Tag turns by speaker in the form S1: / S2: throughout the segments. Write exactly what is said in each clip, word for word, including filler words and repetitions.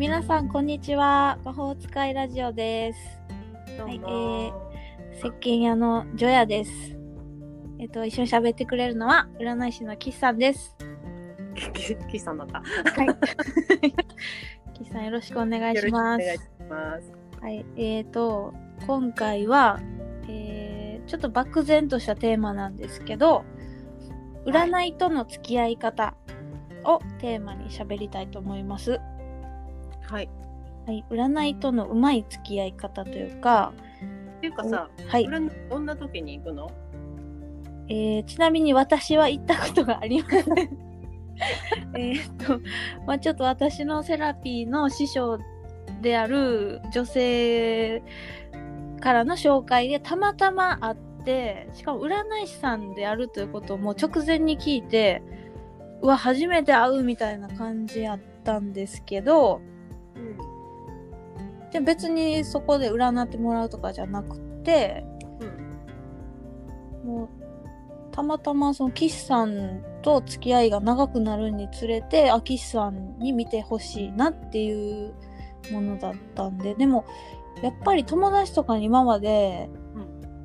S1: 皆さんこんにちは。魔法使いラジオです。
S2: どうも、
S1: はい、えー、石鹸屋のジョヤです。えっと一緒に喋ってくれるのは占い師のキスさんです。
S2: キキさんだった。
S1: はい。キスさんよろしくお願いします。
S2: よろしくお願いします。
S1: はい、えーと今回は、えー、ちょっと漠然としたテーマなんですけど、占いとの付き合い方をテーマに喋りたいと思います。
S2: はい。
S1: はい、占いとのうまい付き合い方というか、
S2: っていうかさ、
S1: はい、
S2: 占いどんな時に行くの？
S1: えー、ちなみに私は行ったことがありません。えっと、まあちょっと私のセラピーの師匠である女性からの紹介でたまたま会って、しかも占い師さんであるということをもう直前に聞いて、うわ初めて会うみたいな感じやったんですけど、
S2: うん、
S1: で別にそこで占ってもらうとかじゃなくて、うん、もうたまたまその岸さんと付き合いが長くなるにつれて、あ、岸さんに見てほしいなっていうものだったんで、でもやっぱり友達とかに今まで、うん、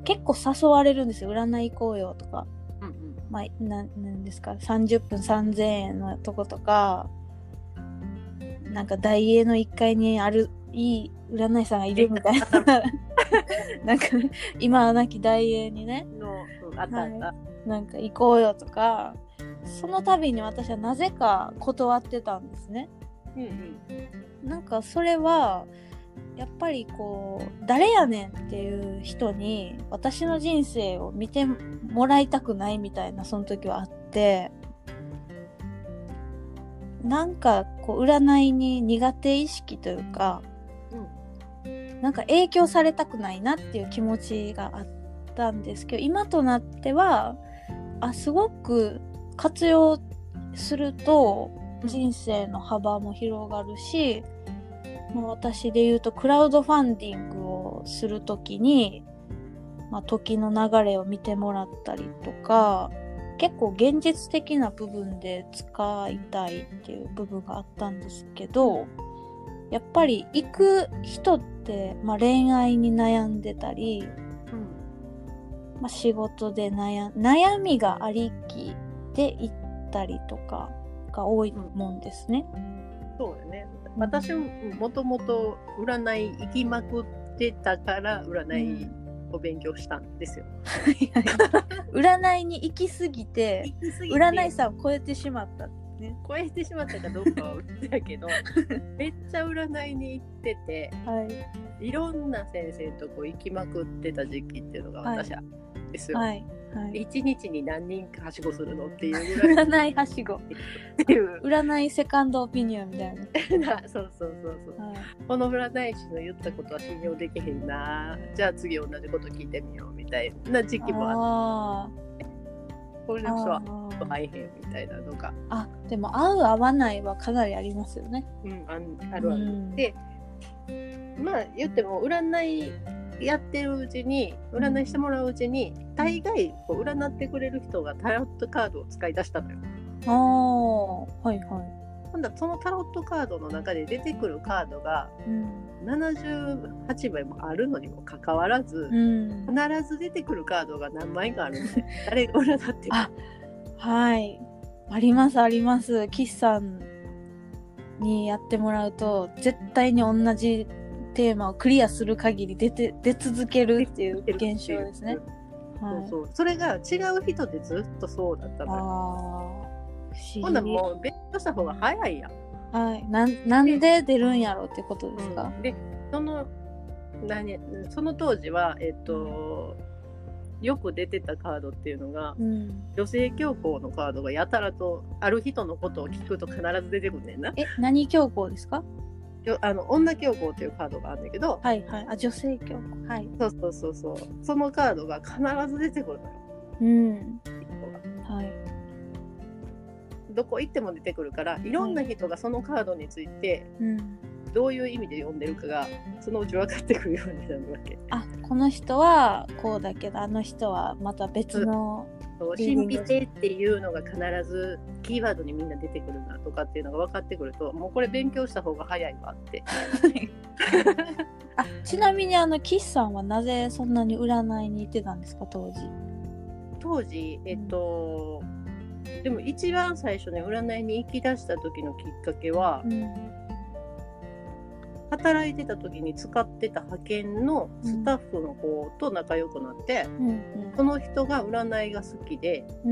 S1: 結構誘われるんですよ。占い行こうよとか、うんうん、まあななんですか、さんじゅっぷんさんぜんえんのとことか、なんか大英のいっかいにあるいい占い師さんがいるみたいななんか今はなき大英にね
S2: の、うん、あったあった、
S1: はい、なんか行こうよとか、その度に私はなぜか断ってたんですね、うんうん、なんかそれはやっぱりこう誰やねんっていう人に私の人生を見てもらいたくないみたいな、その時はあって、なんかこう占いに苦手意識というか、うん、なんか影響されたくないなっていう気持ちがあったんですけど、今となってはあすごく活用すると人生の幅も広がるし、うん、私で言うとクラウドファンディングをするときに、まあ、時の流れを見てもらったりとか、結構現実的な部分で使いたいっていう部分があったんですけど、やっぱり行く人って、まあ、恋愛に悩んでたり、うんまあ、仕事で悩悩みがありきで行ったりとかが多いもんですね、うん、
S2: そうだね。私ももともと占い行きまくってたから占い、うんお勉強したんですよ。
S1: 占いに行き過ぎて、行き過ぎて占い師さんを超えてしまった、ね、
S2: 超えてしまったかどうかは別だけどめっちゃ占いに行ってて、はい、いろんな先生とこ行きまくってた時期っていうのが私はですよ、はいはい、いちにちに何人かはしごするのっていうぐらい
S1: 占いはしごっていう占いセカンドオピニオンみたいな
S2: そうそうそうそう、はい、この占い師の言ったことは信用できへんな、じゃあ次同じこと聞いてみようみたいな時期もあって、これの人は会えへんみたいなのが、
S1: あでも合う合わないはかなりありますよね、
S2: うん、あ, あるある、うん、でまあ言っても占いやってるうちに占いしてもらううちに、うん、大概こう占ってくれる人がタロットカードを使い出したのよ。
S1: ああはいはい。
S2: 今度はそのタロットカードの中で出てくるカードがななじゅうはちまいもあるのにもかかわらず、うん、必ず出てくるカードが何枚かあるので誰が占ってる
S1: あはいありますあります。岸さんにやってもらうと絶対に同じテーマをクリアする限り出て出続けるっていう現象ですね。
S2: はい、そうそう、それが違う人でずっとそうだったのよ。あほんならもう勉強した方が早いやん。
S1: はい、な ん, なんで出るんやろってことですか。
S2: うん、でその何その当時は、えっと、よく出てたカードっていうのが、うん、女性教皇のカードがやたらとある人のことを聞くと必ず出てくるねんな。
S1: え何教皇ですか。
S2: あの女教皇っていうカードがあるんだけど、
S1: はいはい、あ女性教皇、はい、
S2: そうそうそうそう、そのカードが必ず出てくるのよ。うん、はい。どこ行っても出てくるから、いろんな人がそのカードについて、うん、どういう意味で読んでるかがそのうち分かってくるようになるわけ。
S1: あこの人はこうだけどあの人はまた別の
S2: 神秘性っていうのが必ずキーワードにみんな出てくるなとかっていうのが分かってくると、もうこれ勉強した方が早いわって
S1: あ、ちなみにあの岸さんはなぜそんなに占いに行ってたんですか、当時。
S2: 当時えっと、うん、でも一番最初ね占いに行き出した時のきっかけは、うん、働いてた時に使ってた派遣のスタッフの子と仲良くなって、うんうん、その人が占いが好きで、うん、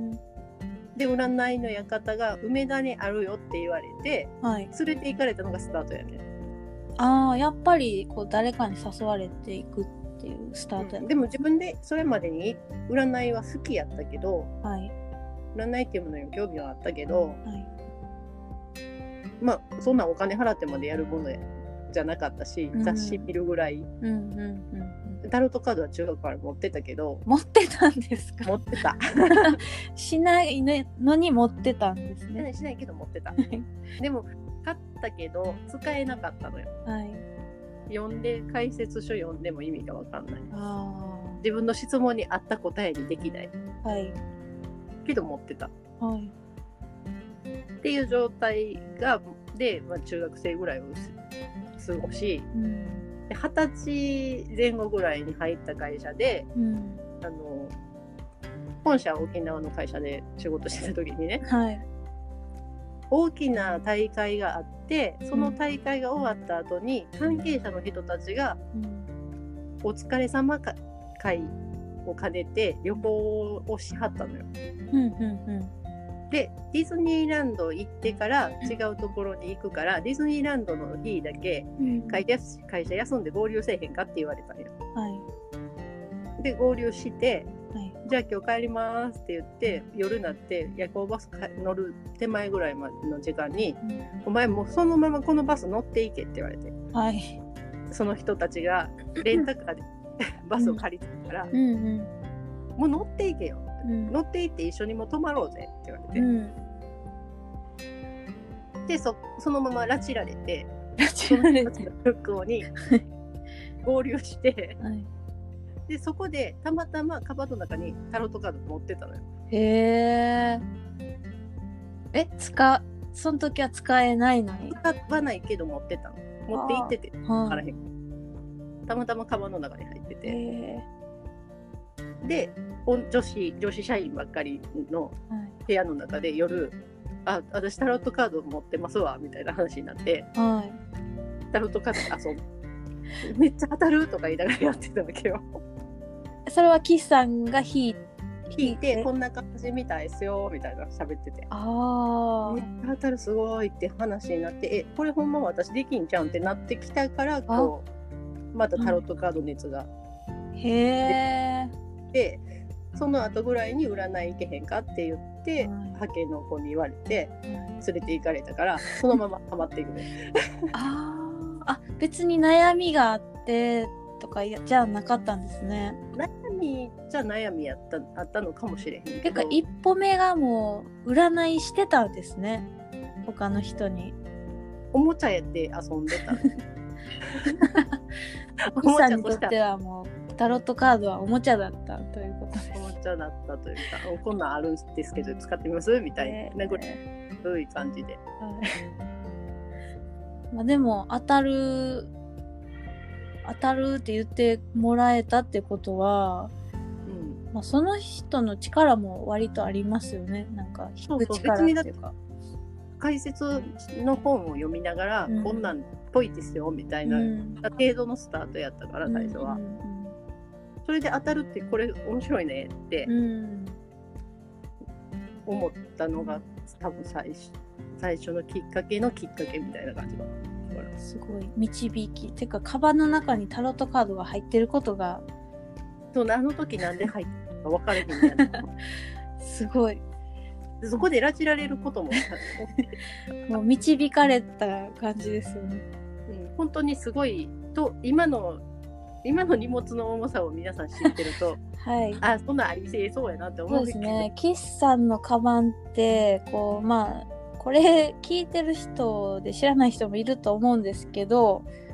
S2: で占いの館が梅田にあるよって言われて、はい、連れて行かれたのがスタートやね。
S1: ああ、やっぱりこう誰かに誘われていくっていうスタートやね、
S2: うん、でも自分でそれまでに占いは好きやったけど、はい、占いっていうものに興味はあったけど、はい、まあそんなお金払ってまでやるものじゃなかったし、うん、雑誌見るぐらい、うんうんうん、タロットカードは中学から持ってたけど。
S1: 持ってたんですか？
S2: 持ってた
S1: しないのに持ってたんですね。
S2: しないけど持ってたでも買ったけど使えなかったのよ、はい、読んで解説書読んでも意味が分かんない。あ、自分の質問に合った答えにできない、はい、けど持ってた、はい、っていう状態がで、まあ、中学生ぐらいを過ごし、うん、ではたちぜん後ぐらいに入った会社で、うん、あの本社は沖縄の会社で仕事してた時にね、はい、大きな大会があってその大会が終わった後に関係者の人たちがお疲れ様会を兼ねて旅行をしはったのよ、うんうんうん、でディズニーランド行ってから違うところに行くからディズニーランドの日だけ会社、会社休んで合流せえへんかって言われたのよ、はい、で合流してじゃあ今日帰りますって言って夜になって夜行バス乗る手前ぐらいまでの時間に、うん、お前もうそのままこのバス乗っていけって言われて、はい、その人たちがレンタカーでバスを借りてたから、うんうんうん、もう乗っていけよ、うん、乗っていって一緒にも泊まろうぜって言われて、うん、で そ, そのまま拉致られて拉致られて空港に合流して、はい、でそこでたまたまカバンの中にタロットカード持ってたのよ。
S1: へえ。え、使その時は使えないのに？
S2: 使わないけど持ってたの。持って行っててからへん。たまたまカバンの中に入ってて。へで女子女子社員ばっかりの部屋の中で夜、はい、あ私タロットカード持ってますわみたいな話になって、はい、タロットカード遊ぶ。めっちゃ当たるとか言いながらやってたわけよ。
S1: それは岸さんが引い
S2: 引いてこんな感じみたいですよみたいな喋ってて、あめっちゃ当たるすごいって話になってえこれほんま私できんじゃんってなってきたからこうまたタロットカード熱が、うん、へーでその後ぐらいに占い行けへんかって言って、うん、派遣の子に言われて連れて行かれたからそのままハマっていくね
S1: ああ別に悩みがあってとかじゃなかったんですね。
S2: 悩みじゃ悩みやったあったのかもしれへんけど
S1: 結構一歩目がもう占いしてたんですね。他の人に
S2: おもちゃやって遊んでた
S1: おもちゃにとってはもうタロットカードはおもちゃだったということです。
S2: おもちゃだったというかこんなんあるんですけど使ってみますみたいな、えー、ぐらいそういう感じで、
S1: まあでも当たる当たるって言ってもらえたってことは、うんまあ、その人の力も割とありますよね。なんか引く力っていうか
S2: 解説の本を読みながら、うん、こんなんっぽいですよみたいな、うん、程度のスタートやったから最初は、うんうんうん、それで当たるってこれ面白いねって思ったのが多分 最, 最初のきっかけのきっかけみたいな感じが
S1: すごい導きてかカバンの中にタロットカードが入ってることが
S2: そうあの時なんで入ってるか分かれへんみたいな
S1: すごい
S2: そこで拉致られることも
S1: もう導かれた感じですよね、
S2: うん、本当にすごいと今の今の荷物の重さを皆さん知ってると、はい、あそんなありせそうやなって思うんですけどそうですね
S1: 岸さんのカバンってこうまあこれ聞いてる人で知らない人もいると思うんですけど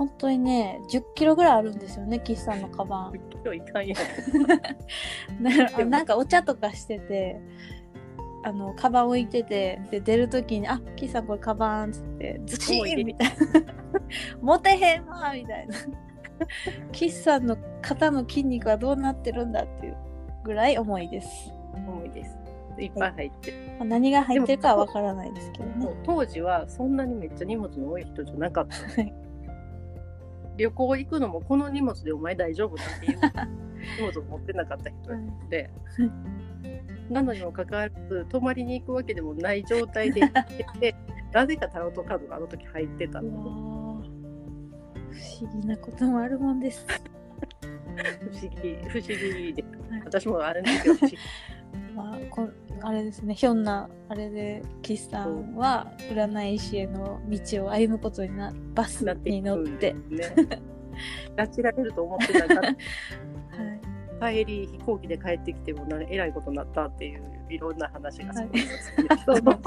S1: 本当にねじゅっキロぐらいあるんですよね、岸さんのカバン。
S2: じゅっキロいかんや
S1: んなんかお茶とかしてて、あのカバン置いてて、で出るときに「あ、岸さんこれカバン」っつってズシーンみたいな「持てへんわ」みたいな岸さんの肩の筋肉はどうなってるんだっていうぐらい重いです。
S2: 重いです。いっぱい入ってる、
S1: まあ、何が入ってるかはわからないですけどね。
S2: 当時はそんなにめっちゃ荷物の多い人じゃなかった旅行行くのもこの荷物でお前大丈夫だっていう荷物を持ってなかった人で、なのにもかかわらず泊まりに行くわけでもない状態で行っててなぜかタロットカードがあの時入ってたの。
S1: 不思議なこともあるもんです
S2: 不思議不思議で、はい、私もあれですよ不思議
S1: まあ、こあれですね、ひょんなあれで岸さんは占い師への道を歩むことになバスに乗って、ね、
S2: 拉致られると思ってたから、はい、帰り飛行機で帰ってきてもなえらいことになったっていういろんな話がすごいですけど、はい、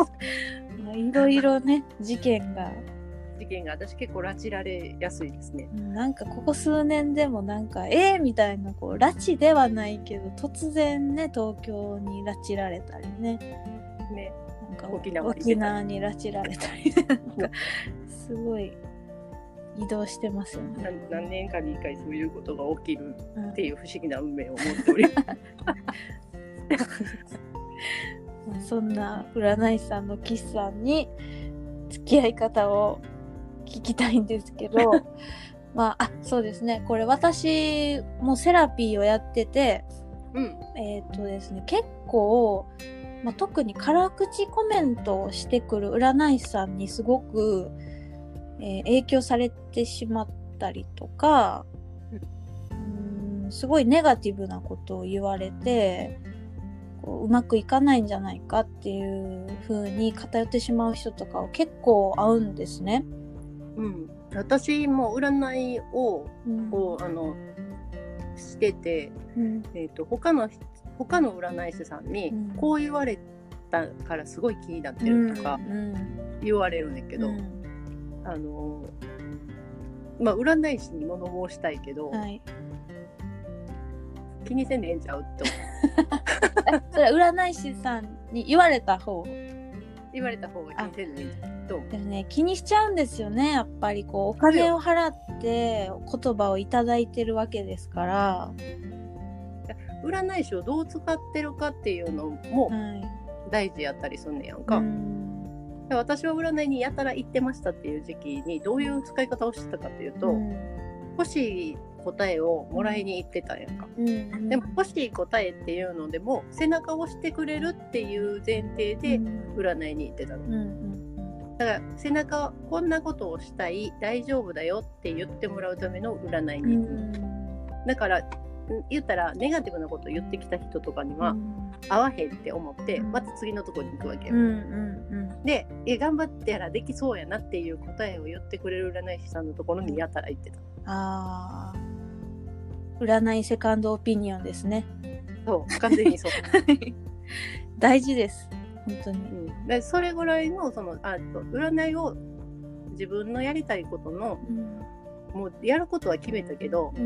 S1: まあ、いろいろね事件が
S2: 事件が私結構拉致られやすいですね。
S1: なんかここ数年でもなんかえーみたいなこう拉致ではないけど突然ね東京に拉致られたりね、
S2: ね
S1: なんか
S2: 沖縄に
S1: 沖縄に拉致られたりなんかすごい移動してますよね。
S2: 何年かにいっかいそういうことが起きるっていう不思議な運命を持っております。
S1: そんな占い師さんの岸さんに付き合い方を聞きたいんですけどまあ、あ、そうですね、これ私もセラピーをやってて、
S2: うん、
S1: えっとですね結構、まあ、特に辛口コメントをしてくる占い師さんにすごく、えー、影響されてしまったりとか、うん、うーんすごいネガティブなことを言われてこう、うまくいかないんじゃないかっていう風に偏ってしまう人とかを結構会うんですね。
S2: うん、私も占いをこう、うん、あのしてて、うん、えーと、他の他の占い師さんにこう言われたからすごい気になってるとか言われるんだけど、うんうん、あのまあ占い師に物申したいけど、はい、気にせんでええんちゃうって思う
S1: それは占い師さんに言われた方
S2: 言われた方が気にせんでええんちゃう
S1: でもね、気にしちゃうんですよね。やっぱりこうお金を払って言葉をいただいてるわけですから、
S2: 占い師をどう使ってるかっていうのも大事やったりすんねやんか、はい、ん私は占いにやたら行ってましたっていう時期にどういう使い方をしてたかっていうと、うん、欲しい答えをもらいに行ってたんやんか、うんうん、でも欲しい答えっていうのでも背中を押してくれるっていう前提で占いに行ってたの、うんうん、だから背中こんなことをしたい大丈夫だよって言ってもらうための占いに行く、うん、だから言ったらネガティブなことを言ってきた人とかには、うん、合わへんって思ってまた次のところに行くわけよ、うんうんうん、でえ頑張ってやらできそうやなっていう答えを言ってくれる占い師さんのところにやたら行ってた。
S1: あー、占いセカンドオピニオンですね。
S2: そう完全にそう
S1: 大事です本当に、うん、
S2: でそれぐらいのそのあ占いを自分のやりたいことの、うんもうやることは決めたけど、うん、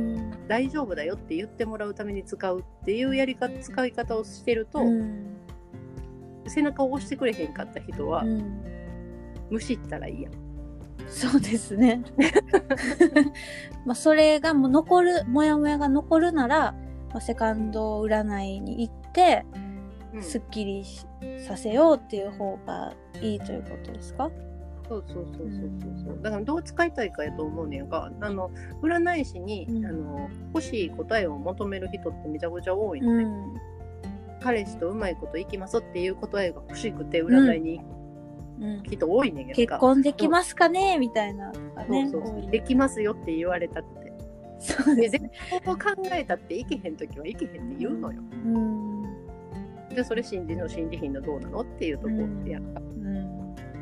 S2: 大丈夫だよって言ってもらうために使うっていうやり方使い方をしてると、うん、背中を押してくれへんかった人は、うん、むしったらいいやん。
S1: そうですねまあそれがもう残るモヤモヤが残るなら、まあ、セカンド占いに行って、うん、すっきりさせようっていう方がいいということですか？
S2: そうそうそうそうそう。だからどう使いたいかやと思うねんが、あの占い師に、うん、あの欲しい答えを求める人ってめちゃくちゃ多いので、うん、彼氏とうまいこといきますっていう答えが欲しくて占いに行く人多いねんが、うん、
S1: 結婚できますかねみたいな、ね、
S2: そうそうそうできますよって言われたくて、そうですね、でこう考えたっていけへんときはいけへんって言うのよ、うん、でそれ信じの信じひんのどうなのっていうところでやった、うんうん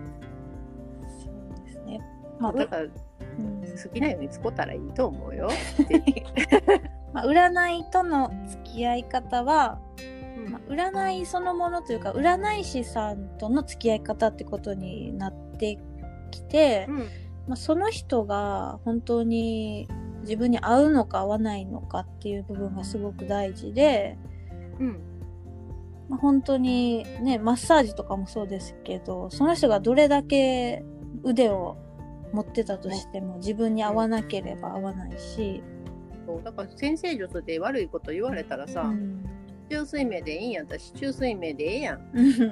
S2: まあ、だから、うん、好きなように使ったらいいと思うよ
S1: まあ占いとの付き合い方は、うんまあ、占いそのものというか占い師さんとの付き合い方ってことになってきて、うん、 まあ、その人が本当に自分に合うのか合わないのかっていう部分がすごく大事で、
S2: うん
S1: まあ、本当にねマッサージとかもそうですけど、その人がどれだけ腕を持ってたとしても自分に合わなければ合わないし、
S2: そうだから先生術で悪いこと言われたらさ、うん、中水明でいいんやったら中水明でええやん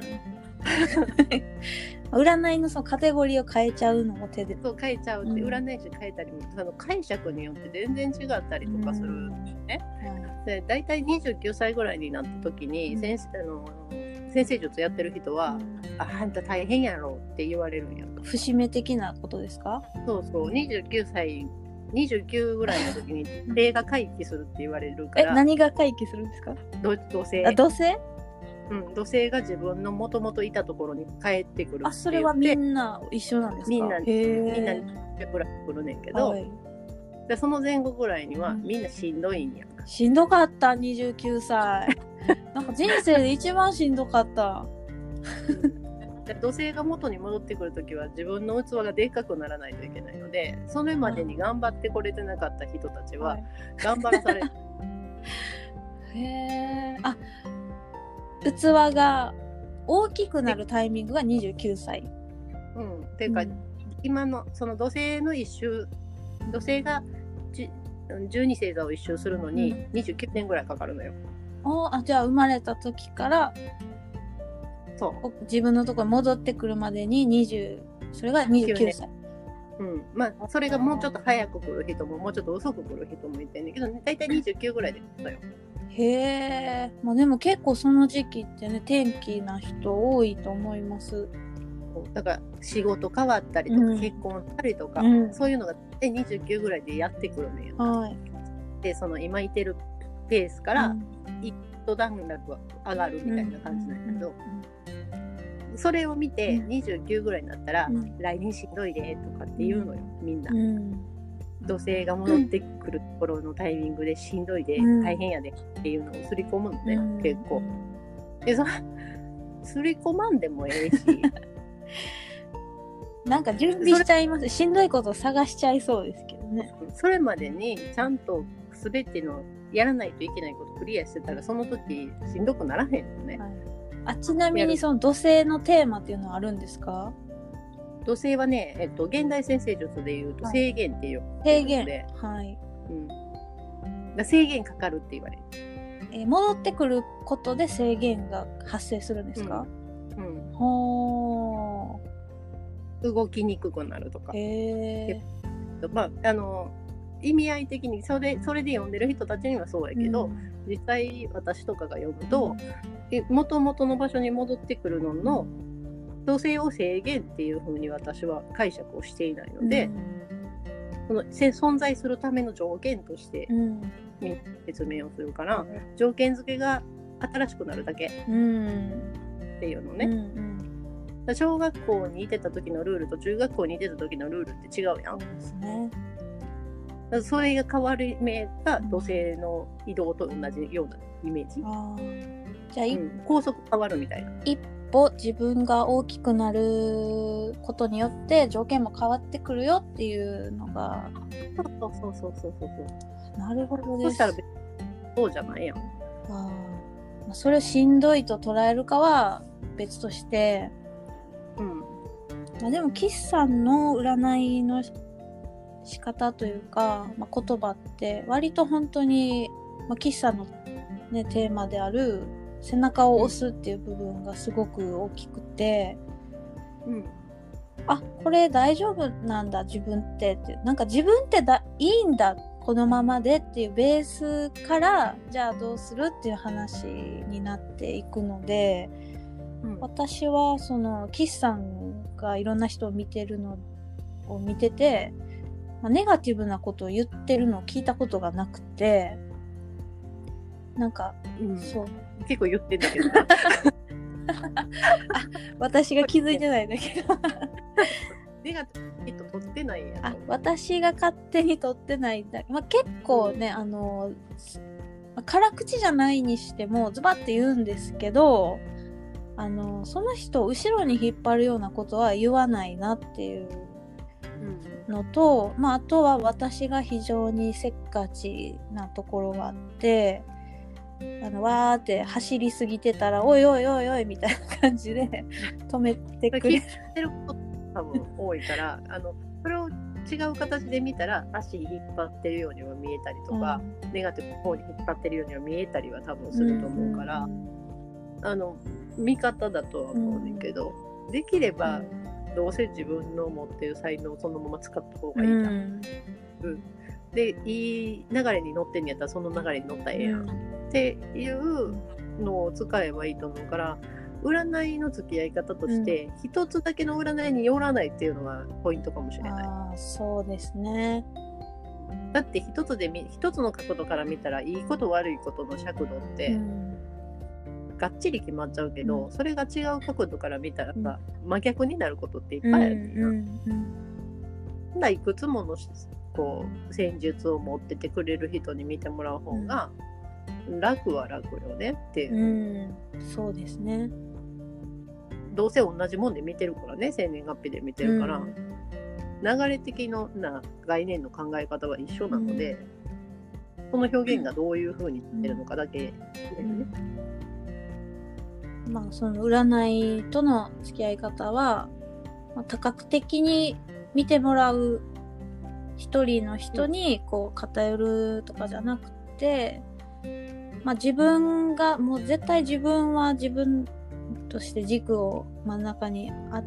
S1: 占いのそのカテゴリーを変えちゃうのも手で、
S2: そう変えちゃうって、うん、占い師変えたりもその解釈によって全然違ったりとかするんですね、うん、でだいたいにじゅうきゅうさいぐらいになった時に、うん、先生あの先生術やってる人は、うん、あ, あんた大変やろって言われるんやと。
S1: 節目的なことですか？
S2: そうそう、にじゅうきゅうさいにじゅうきゅうぐらいの時に霊が回帰するって言われるから。
S1: え、何が回帰するんですか？
S2: 土星。
S1: あ、土星？
S2: うん、土星が自分のもともといたところに帰ってくるって言って。
S1: あ、それはみんな一緒なんですか？
S2: みんなみんなにぐらい来るねんけど、はい、でその前後ぐらいにはみんなしんどいんやんか、
S1: うん、しんどかったにじゅうきゅうさいなんか人生で一番しんどかった
S2: で土星が元に戻ってくるときは自分の器がでっかくならないといけないので、それまでに頑張ってこれてなかった人たちは頑張らされる、はい、
S1: へー、あ、器が大きくなるタイミングがにじゅうきゅうさい。
S2: うん、っていうか、うん、今のその土星の一周、土星がじゅうに星座を一周するのににじゅうきゅうねんぐらいかかるのよ。
S1: おあ、じゃあ生まれた時からそう自分のところに戻ってくるまでににじゅう、それがにじゅうきゅうさい。
S2: うん、まあそれがもうちょっと早く来る人ももうちょっと遅く来る人もいてんだけど、だいたいにじゅうきゅうぐらいで来たよ。
S1: へえ、まあでも結構その時期ってね天気な人多いと思います。
S2: だから仕事変わったりとか、うん、結婚したりとか、うん、そういうのがにじゅうきゅうぐらいでやってくるねん、はい、でその今いてるペースから一段落が上がるみたいな感じなんだけど、うん、それを見てにじゅうきゅうぐらいになったら、うん、来年しんどいでとかって言うのよみんな、うん、土星が戻ってくるところのタイミングでしんどいで、うん、大変やでっていうのをすり込むのね、うん、結構でそすり込まんでもええし
S1: なんか準備しちゃいます。しんどいことを探しちゃいそうですけどね。
S2: それまでにちゃんと全てのやらないといけないことクリアしてたらその時しんどくならへんのね、はい、
S1: あ、ちなみにその土星のテーマっていうのはあるんですか？
S2: 土星はね、えっと、現代先生術でいうと制限っていう、はい、
S1: 制限、はい、
S2: うん、だ制限かかるって言われる、
S1: えー、戻ってくることで制限が発生するんですか？うん、うん、ほ
S2: ー、動きにくくなるとか、
S1: へ
S2: ー、まああの意味合い的にそれそれで読んでる人たちにはそうやけど、うん、実際私とかが読むともともとの場所に戻ってくるのの土星を制限っていう風に私は解釈をしていないので、うん、その存在するための条件として、うん、説明をするから、うん、条件付けが新しくなるだけっていうのね、うんうん、小学校にいてた時のルールと中学校にいてた時のルールって違うやん。そうですね。それが変わる目が土星の移動と同じようなイメージ。あ、じゃあ、うん、高速変わるみたいな。
S1: 一歩自分が大きくなることによって条件も変わってくるよっていうのが。
S2: そうそうそうそうそうそう。
S1: なるほどです。
S2: そしたらそうじゃないやん。
S1: あ、それをしんどいと捉えるかは別として。うん。まあ、でも岸さんの占いの仕方というか、まあ、言葉って割と本当に、まあ、岸さんの、ね、テーマである背中を押すっていう部分がすごく大きくて、うん、あ、これ大丈夫なんだ自分ってってなんか自分ってだいいんだこのままでっていうベースからじゃあどうするっていう話になっていくので、うん、私はその岸さんがいろんな人を見てるのを見てて、ネガティブなことを言ってるのを聞いたことがなくて、なんか、うん、そう
S2: 結構言ってんだけど
S1: あ、私が気づいてないんだけど
S2: ネガティブと取ってないやん。
S1: あ、私が勝手に取ってないんだ、まあ、結構ね、うん、あの辛口じゃないにしてもズバッて言うんですけど、あのその人を後ろに引っ張るようなことは言わないなっていうのと、まあ、あとは私が非常にせっかちなところがあって、あのわーって走りすぎてたらおいおいおいおいみたいな感じで止めてくれる。
S2: 聞いてること多分多いからあのそれを違う形で見たら足引っ張ってるようには見えたりとか、うん、ネガティブの方に引っ張ってるようには見えたりは多分すると思うから、うんうん、あの見方だとは思うねんけど、うん、できればどうせ自分の持ってる才能をそのまま使った方がいいじゃん、うんうん、でいい流れに乗ってんやったらその流れに乗ったらええやん、うん、っていうのを使えばいいと思うから、占いの付き合い方として一、うん、つだけの占いによらないっていうのがポイントかもしれない。
S1: あ、そうですね。
S2: だって一つで一つの角度から見たらいいこと悪いことの尺度って、うん、がっちり決まっちゃうけど、うん、それが違う角度から見たらさ、うん、真逆になることっていっぱいあるんだよ、うんうん、だいくつものこう戦術を持っててくれる人に見てもらう方が楽は楽よねっていう、
S1: うん、そうですね。
S2: どうせ同じもんで見てるからね、生年月日で見てるから、うん、流れ的な概念の考え方は一緒なので、うん、その表現がどういう風になってるのかだけですね、
S1: うん、まあその占いとの付き合い方は、まあ、多角的に見てもらう一人の人にこう偏るとかじゃなくて、まあ、自分がもう絶対自分は自分として軸を真ん中にあって、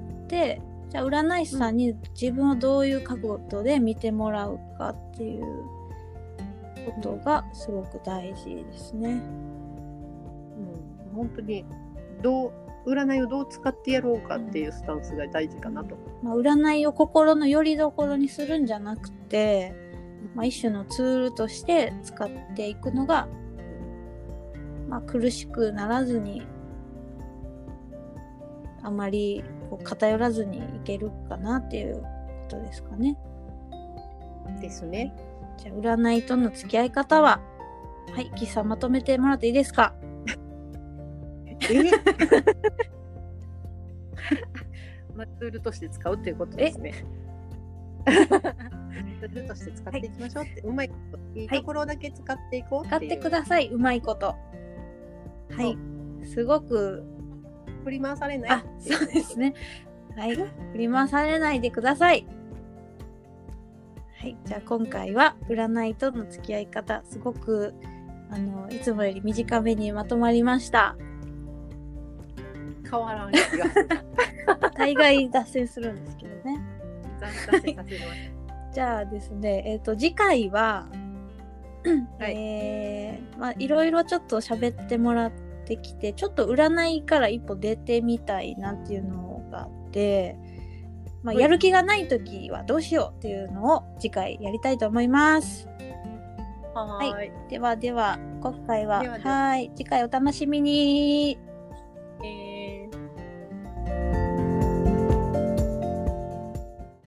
S1: じゃあ占い師さんに自分をどういう角度で見てもらうかっていうことがすごく大事ですね。うん、
S2: 本当にどう占いをどう使ってやろうかっていうスタンスが大事かなと。
S1: まあ、占いを心の拠り所にするんじゃなくて、まあ、一種のツールとして使っていくのが、まあ、苦しくならずにあまりこう偏らずにいけるかなっていうことですかね。
S2: ですね。
S1: じゃあ占いとの付き合い方は、はい、岸さんまとめてもらっていいですか？
S2: まあ、ツールとして使うっていうことですね。ツールとして使っていきましょうって、はい、うまいこといいところだけ使っていこうっていう、はい、
S1: 使ってください、うまいこと。はい、すごく
S2: 振り回されない。
S1: あ、そうですね。はい、振り回されないでください。はい、じゃあ今回は占いとの付き合い方、すごくあのいつもより短めにまとまりました。
S2: 変わらん気がする。
S1: 大概脱線するんですけどね。
S2: 脱線させます。
S1: じゃあですね、えっと次回は、はい、えー、まあいろいろちょっと喋ってもらってきて、ちょっと占いから一歩出てみたいなっていうのがあって、まあ、やる気がないときはどうしようっていうのを次回やりたいと思います。
S2: はーい。はい、
S1: ではでは今回は、
S2: ではでは
S1: はい、次回お楽しみに。
S2: えー